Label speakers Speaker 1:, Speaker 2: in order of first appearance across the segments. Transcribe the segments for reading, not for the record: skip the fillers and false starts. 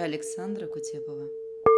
Speaker 1: Александра Кутепова.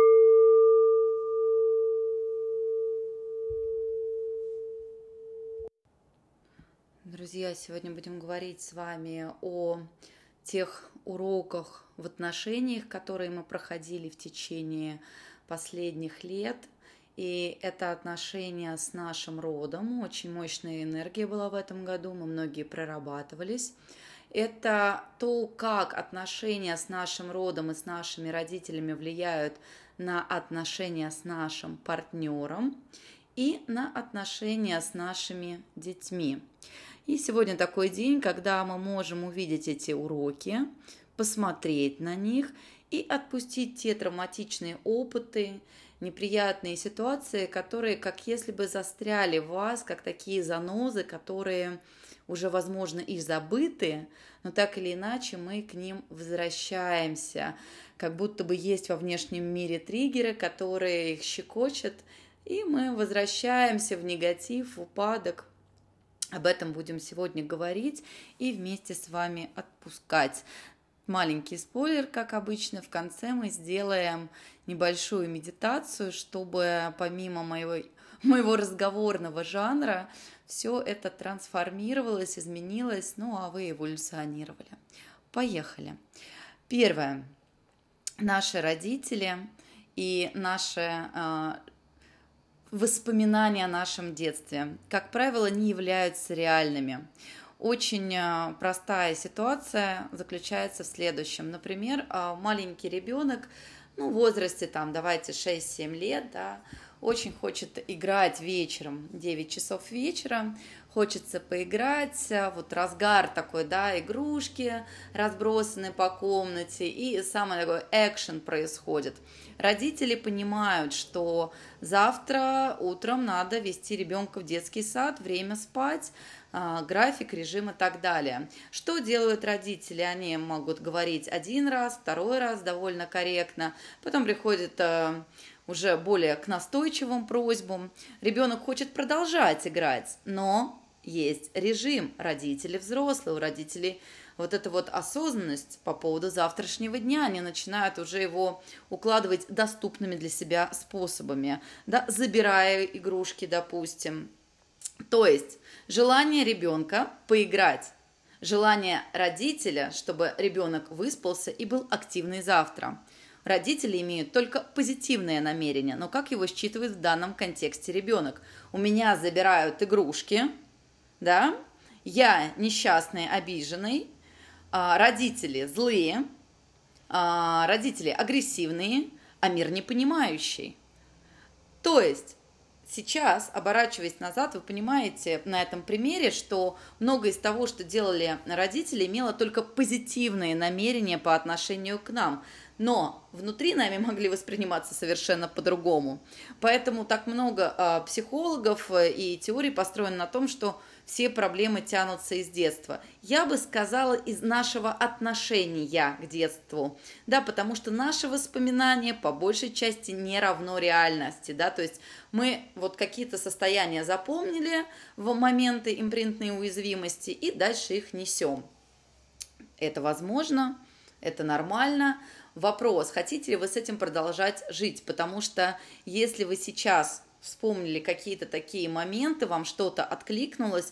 Speaker 1: Друзья, сегодня будем говорить с вами о тех уроках в отношениях, которые мы проходили в течение последних лет. И это отношения с нашим родом. Очень мощная энергия была в этом году, мы многие прорабатывались. Это то, как отношения с нашим родом и с нашими родителями влияют на отношения с нашим партнером и на отношения с нашими детьми. И сегодня такой день, когда мы можем увидеть эти уроки, посмотреть на них и отпустить те травматичные опыты, неприятные ситуации, которые как если бы застряли в вас, как такие занозы, которые уже, возможно, и забыты, но так или иначе мы к ним возвращаемся, как будто бы есть во внешнем мире триггеры, которые их щекочут, и мы возвращаемся в негатив, в упадок. Об этом будем сегодня говорить и вместе с вами отпускать. Маленький спойлер, как обычно, в конце мы сделаем небольшую медитацию, чтобы помимо моего разговорного жанра все это трансформировалось, изменилось, ну а вы эволюционировали. Поехали. Первое. Наши родители и наши воспоминания о нашем детстве, как правило, не являются реальными. Очень простая ситуация заключается в следующем. Например, маленький ребенок, в возрасте, давайте 6-7 лет, да, очень хочет играть вечером, 9 часов вечера, хочется поиграть, вот разгар такой, да, игрушки разбросаны по комнате, и самый такой экшен происходит. Родители понимают, что завтра утром надо вести ребенка в детский сад, время спать, график, режим и так далее. Что делают родители? Они могут говорить один раз, второй раз довольно корректно, потом приходит уже более к настойчивым просьбам. Ребенок хочет продолжать играть, но есть режим. Родители взрослые, у родителей вот эта вот осознанность по поводу завтрашнего дня, они начинают уже его укладывать доступными для себя способами, да, забирая игрушки, допустим. То есть желание ребенка поиграть, желание родителя, чтобы ребенок выспался и был активный завтра. Родители имеют только позитивное намерение, но как его считывает в данном контексте ребенок? У меня забирают игрушки, да, я несчастный, обиженный, родители злые, родители агрессивные, а мир непонимающий. То есть сейчас, оборачиваясь назад, вы понимаете на этом примере, что многое из того, что делали родители, имело только позитивные намерения по отношению к нам, но внутри нами могли восприниматься совершенно по-другому. Поэтому так много психологов и теорий построено на том, что все проблемы тянутся из детства. Я бы сказала, из нашего отношения к детству, да, потому что наши воспоминания по большей части не равно реальности, да, то есть мы вот какие-то состояния запомнили в моменты импринтной уязвимости и дальше их несем. Это возможно, это нормально. Вопрос, хотите ли вы с этим продолжать жить, потому что если вы сейчас вспомнили какие-то такие моменты, вам что-то откликнулось,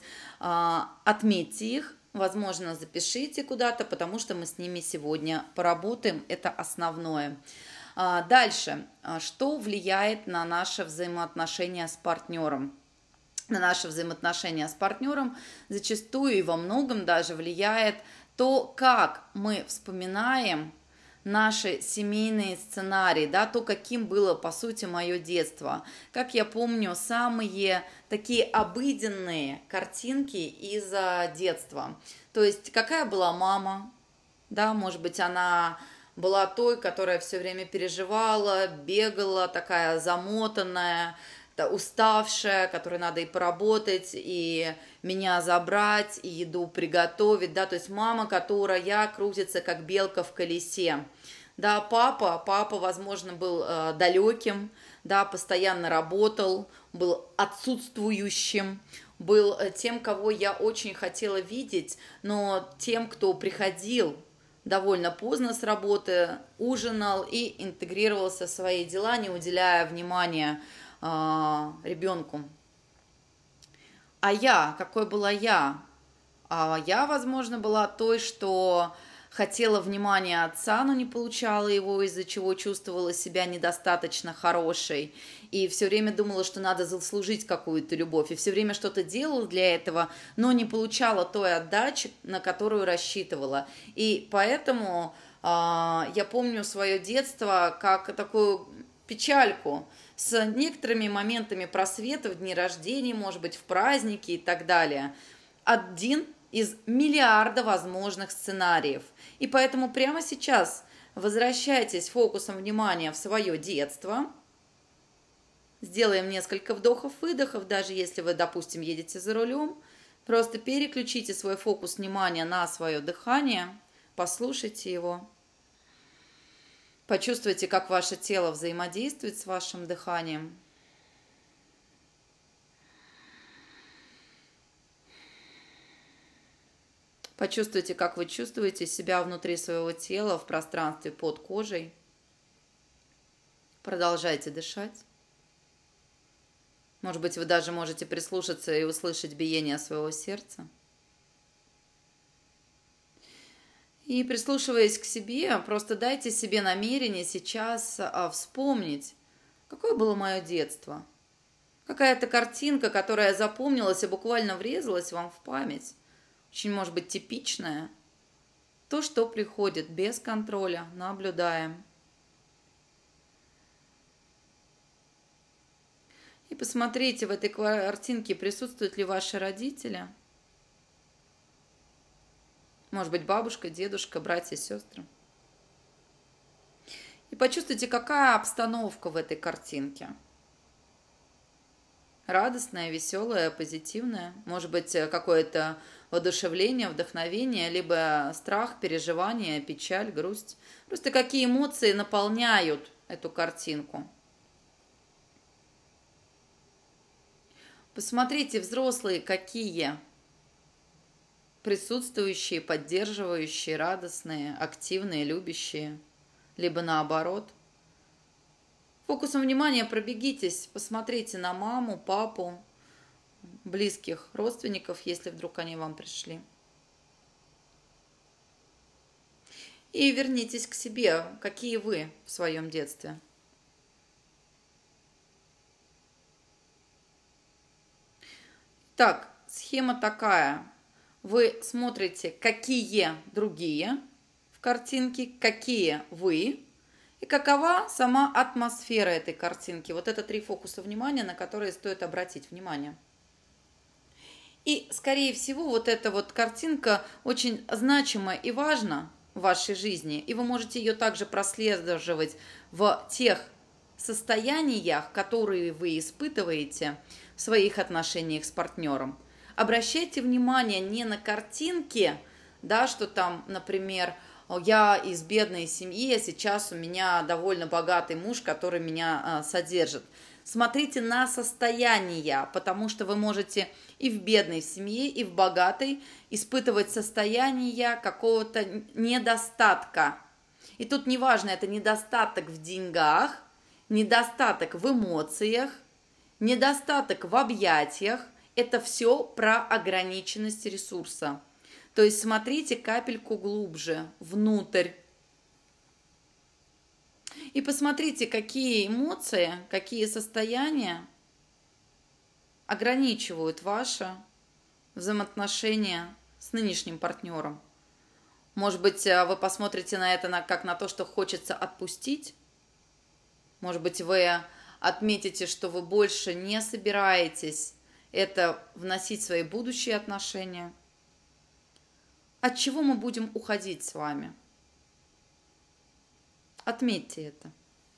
Speaker 1: отметьте их, возможно, запишите куда-то, потому что мы с ними сегодня поработаем, это основное. Дальше, что влияет на наши взаимоотношения с партнером? На наши взаимоотношения с партнером зачастую и во многом даже влияет то, как мы вспоминаем наши семейные сценарии, да, то, каким было, по сути, мое детство. Как я помню, самые такие обыденные картинки из детства. То есть, какая была мама, да, может быть, она была той, которая все время переживала, бегала, такая замотанная, уставшая, которой надо и поработать, и меня забрать, и еду приготовить, да, то есть мама, которая крутится, как белка в колесе. Да, папа, возможно, был далеким, да, постоянно работал, был отсутствующим, был тем, кого я очень хотела видеть, но тем, кто приходил довольно поздно с работы, ужинал и интегрировался в свои дела, не уделяя внимания ребенку. А я, какой была я? А я, возможно, была той, что хотела внимания отца, но не получала его, из-за чего чувствовала себя недостаточно хорошей. И все время думала, что надо заслужить какую-то любовь. И все время что-то делала для этого, но не получала той отдачи, на которую рассчитывала. И поэтому я помню свое детство как такую печальку с некоторыми моментами просвета в дни рождения, может быть, в праздники и так далее. Один из миллиарда возможных сценариев. И поэтому прямо сейчас возвращайтесь фокусом внимания в свое детство. Сделаем несколько вдохов-выдохов, даже если вы, допустим, едете за рулем. Просто переключите свой фокус внимания на свое дыхание, послушайте его. Почувствуйте, как ваше тело взаимодействует с вашим дыханием. Почувствуйте, как вы чувствуете себя внутри своего тела, в пространстве под кожей. Продолжайте дышать. Может быть, вы даже можете прислушаться и услышать биение своего сердца. И прислушиваясь к себе, просто дайте себе намерение сейчас вспомнить, какое было мое детство. Какая-то картинка, которая запомнилась и буквально врезалась вам в память. Очень, может быть, типичная. То, что приходит без контроля, наблюдаем. И посмотрите, в этой картинке присутствуют ли ваши родители. Может быть, бабушка, дедушка, братья, сестры. И почувствуйте, какая обстановка в этой картинке. Радостная, веселая, позитивная. Может быть, какое-то воодушевление, вдохновение, либо страх, переживание, печаль, грусть. Просто какие эмоции наполняют эту картинку. Посмотрите, взрослые какие. Присутствующие, поддерживающие, радостные, активные, любящие. Либо наоборот. Фокусом внимания пробегитесь, посмотрите на маму, папу, близких родственников, если вдруг они вам пришли. И вернитесь к себе, какие вы в своем детстве. Так, схема такая. Вы смотрите, какие другие в картинке, какие вы, и какова сама атмосфера этой картинки. Вот это 3 фокуса внимания, на которые стоит обратить внимание. И, скорее всего, вот эта вот картинка очень значима и важна в вашей жизни, и вы можете ее также прослеживать в тех состояниях, которые вы испытываете в своих отношениях с партнером. Обращайте внимание не на картинки, да, что там, например, я из бедной семьи, а сейчас у меня довольно богатый муж, который меня содержит. Смотрите на состояние, потому что вы можете и в бедной семье, и в богатой испытывать состояние какого-то недостатка. И тут неважно, это недостаток в деньгах, недостаток в эмоциях, недостаток в объятиях. Это все про ограниченность ресурса. То есть смотрите капельку глубже, внутрь. И посмотрите, какие эмоции, какие состояния ограничивают ваши взаимоотношения с нынешним партнером. Может быть, вы посмотрите на это как на то, что хочется отпустить. Может быть, вы отметите, что вы больше не собираетесь это вносить в свои будущие отношения. От чего мы будем уходить с вами? Отметьте это.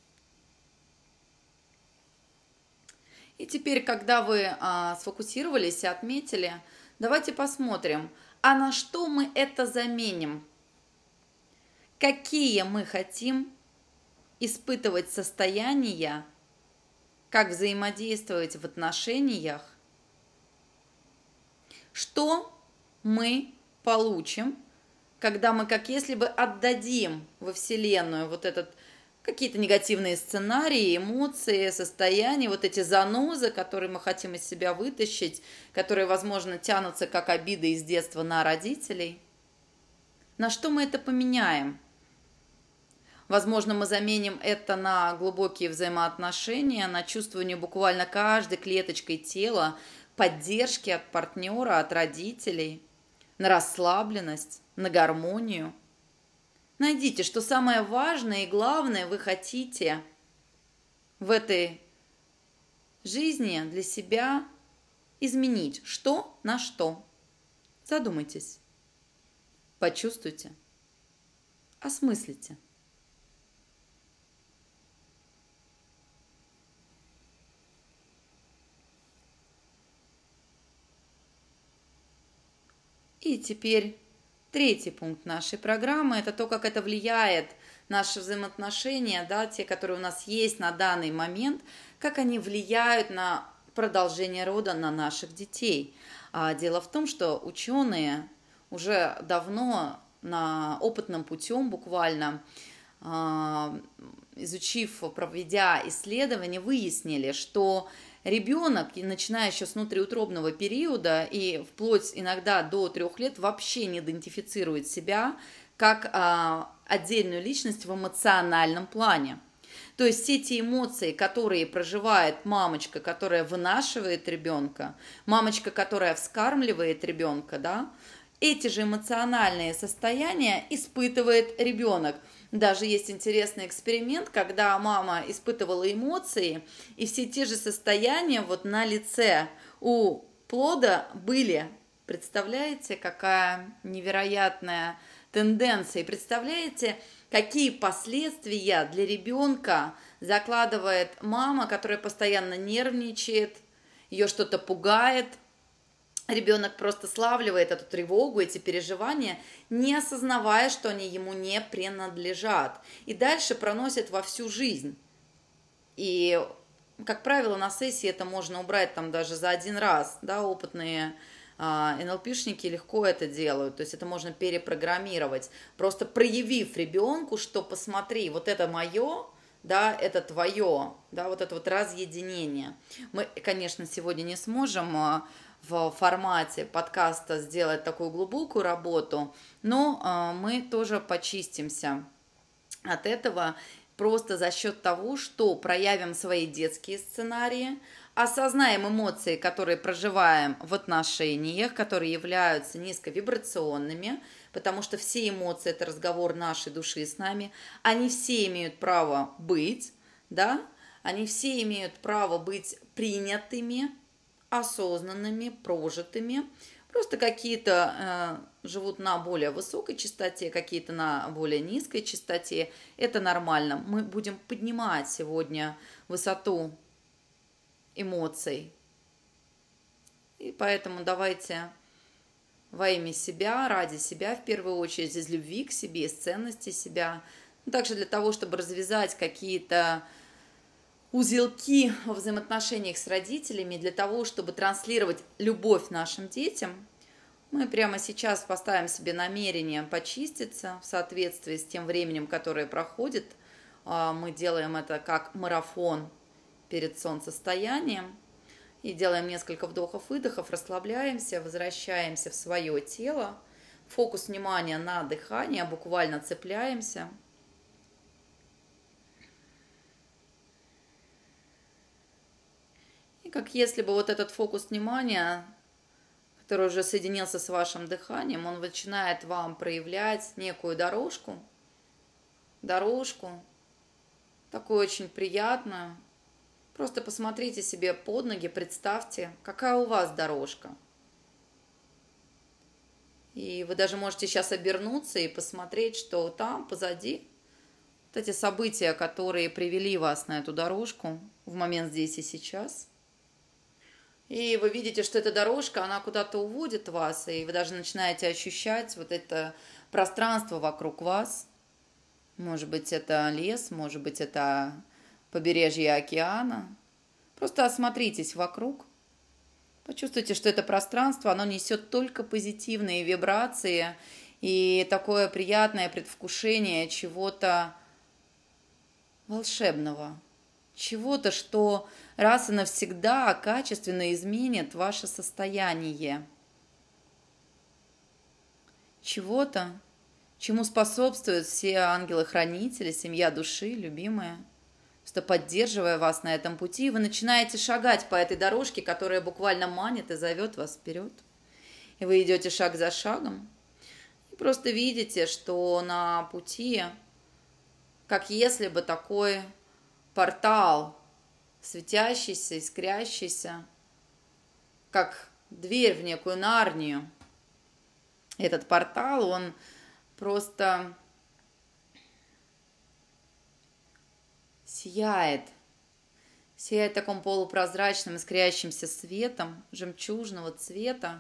Speaker 1: И теперь, когда вы сфокусировались и отметили, давайте посмотрим, а на что мы это заменим? Какие мы хотим испытывать состояния, как взаимодействовать в отношениях, что мы получим когда мы как если бы отдадим во Вселенную вот этот какие-то негативные сценарии, эмоции, состояния, вот эти занозы, которые мы хотим из себя вытащить, которые, возможно, тянутся как обиды из детства на родителей. На что мы это поменяем? Возможно, мы заменим это на глубокие взаимоотношения, на чувствование буквально каждой клеточкой тела, поддержки от партнера, от родителей, на расслабленность, на гармонию. Найдите, что самое важное и главное вы хотите в этой жизни для себя изменить. Что на что. Задумайтесь, почувствуйте, осмыслите. И теперь третий пункт нашей программы – это то, как это влияет наши взаимоотношения, да, те, которые у нас есть на данный момент, как они влияют на продолжение рода, на наших детей. Дело в том, что ученые уже давно на опытном путем буквально изучив, проведя исследования, выяснили, что ребенок, начиная еще с внутриутробного периода и вплоть иногда до 3 лет, вообще не идентифицирует себя как отдельную личность в эмоциональном плане. То есть все те эмоции, которые проживает мамочка, которая вынашивает ребенка, мамочка, которая вскармливает ребенка, да, эти же эмоциональные состояния испытывает ребенок. Даже есть интересный эксперимент, когда мама испытывала эмоции, и все те же состояния вот на лице у плода были. Представляете, какая невероятная тенденция? И представляете, какие последствия для ребенка закладывает мама, которая постоянно нервничает, ее что-то пугает. Ребенок просто славливает эту тревогу, эти переживания, не осознавая, что они ему не принадлежат. И дальше проносит во всю жизнь. И, как правило, на сессии это можно убрать там даже за один раз. Да, опытные НЛПшники легко это делают. То есть это можно перепрограммировать. Просто проявив ребенку, что посмотри, вот это мое, да, это твое, да, вот это вот разъединение. Мы, конечно, сегодня не сможем в формате подкаста сделать такую глубокую работу, но мы тоже почистимся от этого просто за счет того, что проявим свои детские сценарии, осознаем эмоции, которые проживаем в отношениях, которые являются низковибрационными, потому что все эмоции – это разговор нашей души с нами, они все имеют право быть, да, они все имеют право быть принятыми, осознанными, прожитыми. Просто какие-то живут на более высокой частоте, какие-то на более низкой частоте. Это нормально. Мы будем поднимать сегодня высоту эмоций. И поэтому давайте во имя себя, ради себя в первую очередь, из любви к себе, из ценности себя. Также для того, чтобы развязать какие-то узелки во взаимоотношениях с родителями, для того, чтобы транслировать любовь нашим детям, мы прямо сейчас поставим себе намерение почиститься в соответствии с тем временем, которое проходит. Мы делаем это как марафон перед солнцестоянием. И делаем несколько вдохов-выдохов, расслабляемся, возвращаемся в свое тело. Фокус внимания на дыхание, буквально цепляемся. И как если бы вот этот фокус внимания, который уже соединился с вашим дыханием, он начинает вам проявлять некую дорожку, такую очень приятную. Просто посмотрите себе под ноги, представьте, какая у вас дорожка. И вы даже можете сейчас обернуться и посмотреть, что там позади вот эти события, которые привели вас на эту дорожку в момент здесь и сейчас. И вы видите, что эта дорожка, она куда-то уводит вас, и вы даже начинаете ощущать вот это пространство вокруг вас. Может быть, это лес, может быть, это побережье океана. Просто осмотритесь вокруг. Почувствуйте, что это пространство, оно несет только позитивные вибрации. И такое приятное предвкушение чего-то волшебного, чего-то, что раз и навсегда качественно изменит ваше состояние, чего-то, чему способствуют все ангелы-хранители, семья души, любимая, что поддерживая вас на этом пути, вы начинаете шагать по этой дорожке, которая буквально манит и зовет вас вперед. И вы идете шаг за шагом, и просто видите, что на пути, как если бы такой портал, светящийся, искрящийся, как дверь в некую Нарнию. Этот портал, он просто сияет таким полупрозрачным искрящимся светом, жемчужного цвета.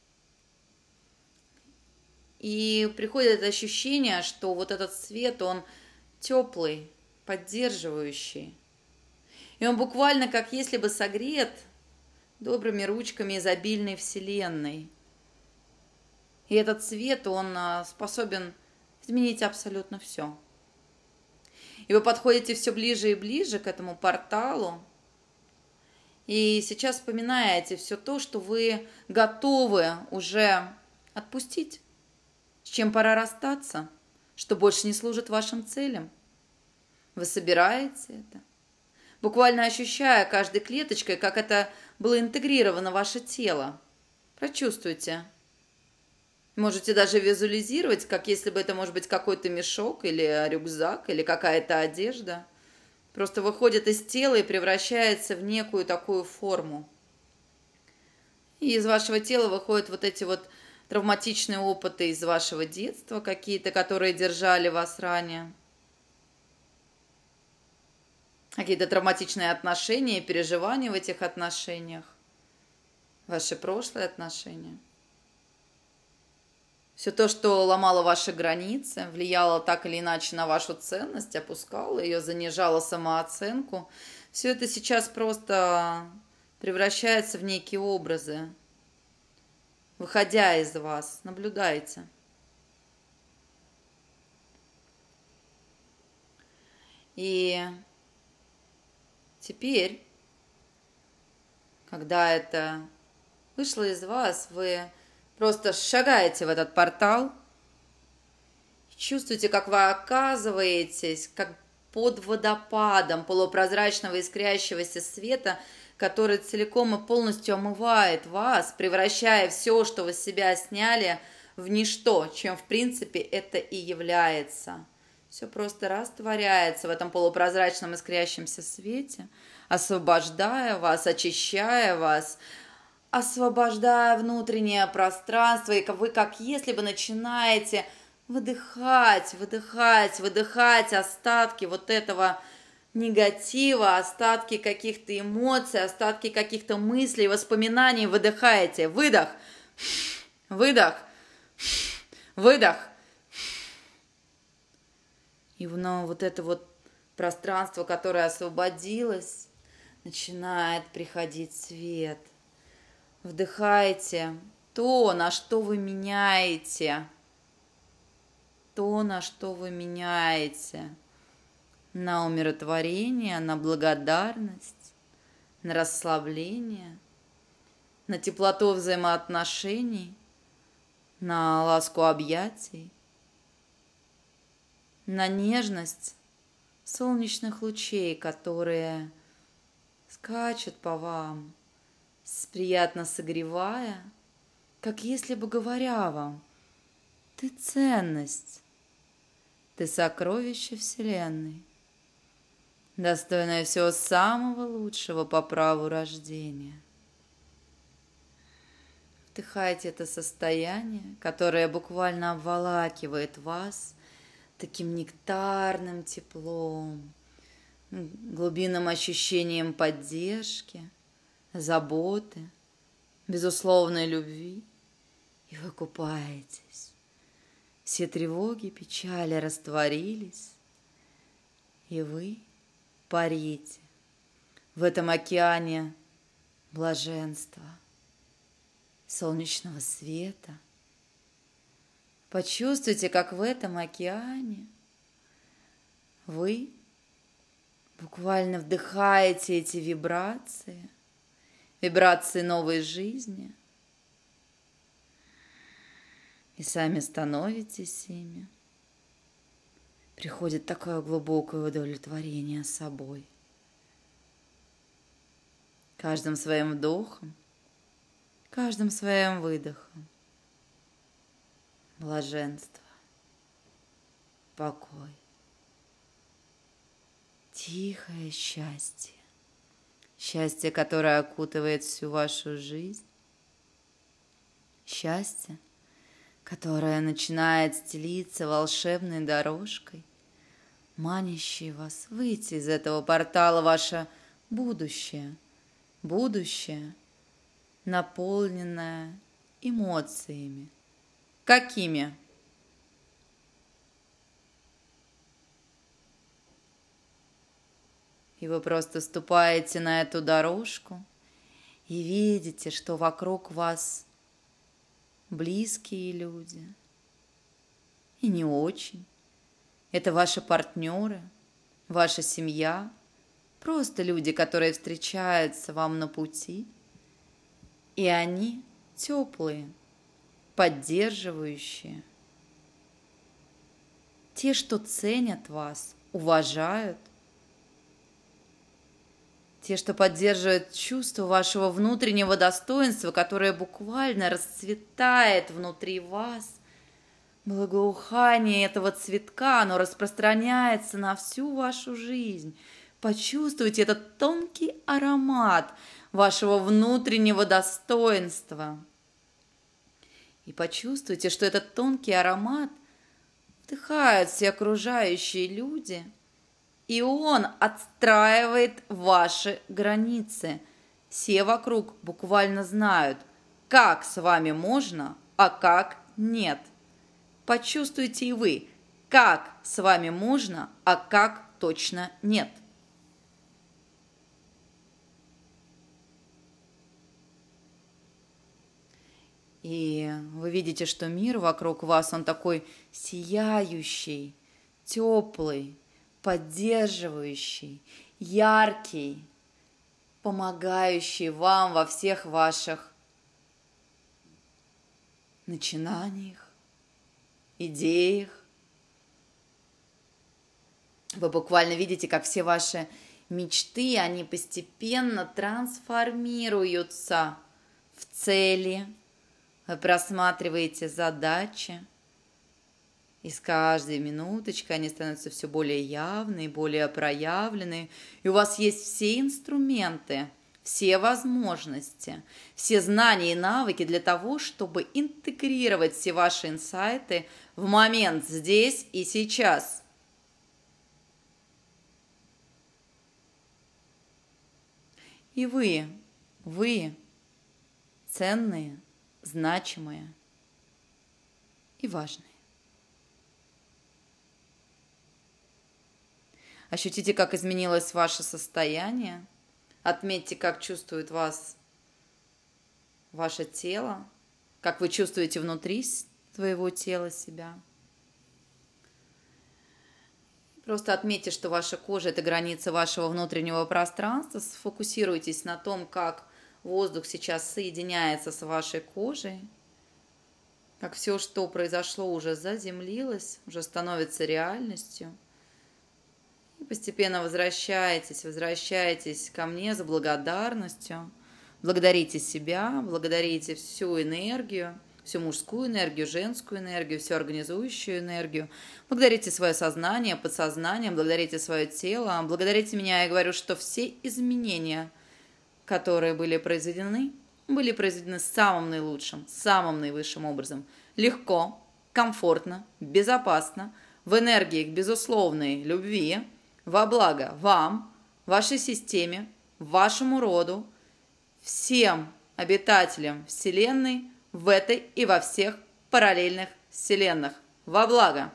Speaker 1: И приходит это ощущение, что вот этот свет, он теплый, поддерживающий. И он буквально как если бы согрет добрыми ручками изобильной вселенной. И этот свет, он способен изменить абсолютно все. И вы подходите все ближе и ближе к этому порталу. И сейчас вспоминаете все то, что вы готовы уже отпустить, с чем пора расстаться, что больше не служит вашим целям. Вы собираете это, буквально ощущая каждой клеточкой, как это было интегрировано в ваше тело. Прочувствуйте. Можете даже визуализировать, как если бы это может быть какой-то мешок или рюкзак, или какая-то одежда. Просто выходит из тела и превращается в некую такую форму. И из вашего тела выходят вот эти вот травматичные опыты из вашего детства, какие-то, которые держали вас ранее. Какие-то травматичные отношения, переживания в этих отношениях. Ваши прошлые отношения. Все то, что ломало ваши границы, влияло так или иначе на вашу ценность, опускало ее, занижало самооценку, все это сейчас просто превращается в некие образы. Выходя из вас, наблюдайте. И теперь, когда это вышло из вас, вы просто шагаете в этот портал, чувствуете, как вы оказываетесь, как под водопадом полупрозрачного искрящегося света, который целиком и полностью омывает вас, превращая все, что вы с себя сняли, в ничто, чем в принципе это и является. Все просто растворяется в этом полупрозрачном искрящемся свете, освобождая вас, очищая вас, освобождая внутреннее пространство, и вы как если бы начинаете выдыхать, выдыхать, выдыхать остатки вот этого негатива, остатки каких-то эмоций, остатки каких-то мыслей, воспоминаний, выдыхаете. Выдох, выдох, выдох. И вот это вот пространство, которое освободилось, начинает приходить свет. Вдыхайте то, на что вы меняете. То, на что вы меняете. На умиротворение, на благодарность, на расслабление, на теплоту взаимоотношений, на ласку объятий, на нежность солнечных лучей, которые скачут по вам, приятно согревая, как если бы говоря вам: ты ценность, ты сокровище Вселенной, достойное всего самого лучшего по праву рождения. Вдыхайте это состояние, которое буквально обволакивает вас таким нектарным теплом, глубинным ощущением поддержки, заботы, безусловной любви, и вы купаетесь. Все тревоги, печали растворились, и вы парите в этом океане блаженства, солнечного света, Почувствуйте, как в этом океане вы буквально вдыхаете эти вибрации, вибрации новой жизни, и сами становитесь ими. Приходит такое глубокое удовлетворение собой. Каждым своим вдохом, каждым своим выдохом. Блаженство, покой, тихое счастье. Счастье, которое окутывает всю вашу жизнь. Счастье, которое начинает стелиться волшебной дорожкой, манящей вас выйти из этого портала ваше будущее. Будущее, наполненное эмоциями. Какими? И вы просто ступаете на эту дорожку и видите, что вокруг вас близкие люди и не очень. Это ваши партнеры, ваша семья, просто люди, которые встречаются вам на пути. И они теплые, поддерживающие. Те, что ценят вас, уважают. Те, что поддерживают чувство вашего внутреннего достоинства, которое буквально расцветает внутри вас. Благоухание этого цветка, оно распространяется на всю вашу жизнь. Почувствуйте этот тонкий аромат вашего внутреннего достоинства. И почувствуйте, что этот тонкий аромат вдыхают все окружающие люди, и он отстраивает ваши границы. Все вокруг буквально знают, как с вами можно, а как нет. Почувствуйте и вы, как с вами можно, а как точно нет. И вы видите, что мир вокруг вас, он такой сияющий, теплый, поддерживающий, яркий, помогающий вам во всех ваших начинаниях, идеях. Вы буквально видите, как все ваши мечты, они постепенно трансформируются в цели. Вы просматриваете задачи, и с каждой минуточкой они становятся все более явные, более проявленные. И у вас есть все инструменты, все возможности, все знания и навыки для того, чтобы интегрировать все ваши инсайты в момент здесь и сейчас. И вы ценные, значимые и важные. Ощутите, как изменилось ваше состояние. Отметьте, как чувствует вас ваше тело, как вы чувствуете внутри своего тела себя. Просто отметьте, что ваша кожа – это граница вашего внутреннего пространства. Сфокусируйтесь на том, как воздух сейчас соединяется с вашей кожей, как все, что произошло, уже заземлилось, уже становится реальностью. И постепенно возвращаетесь ко мне с благодарностью. Благодарите себя, благодарите всю энергию, всю мужскую энергию, женскую энергию, всю организующую энергию. Благодарите свое сознание, подсознание, благодарите свое тело, благодарите меня. Я говорю, что все изменения, которые были произведены самым наилучшим, самым наивысшим образом. Легко, комфортно, безопасно, в энергии к безусловной любви, во благо вам, вашей системе, вашему роду, всем обитателям Вселенной в этой и во всех параллельных вселенных. Во благо!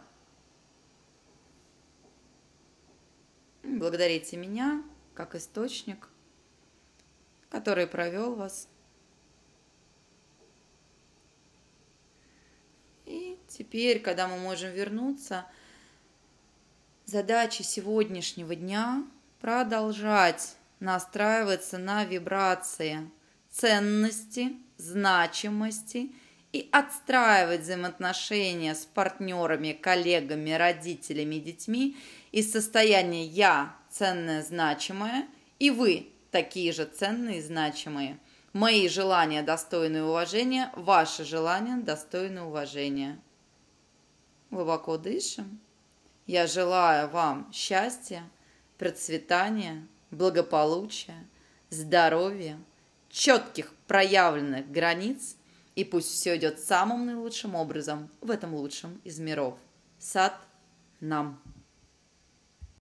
Speaker 1: Благодарите меня как источник, который провел вас. И теперь теперь, когда мы можем вернуться, задача сегодняшнего дня – продолжать настраиваться на вибрации ценности, значимости и отстраивать взаимоотношения с партнерами, коллегами, родителями, детьми из состояния «я ценная, значимая» и «вы такие же ценные и значимые». Мои желания достойны уважения, ваши желания достойны уважения. Глубоко дышим. Я желаю вам счастья, процветания, благополучия, здоровья, четких проявленных границ, и пусть все идет самым наилучшим образом в этом лучшем из миров. Сат нам.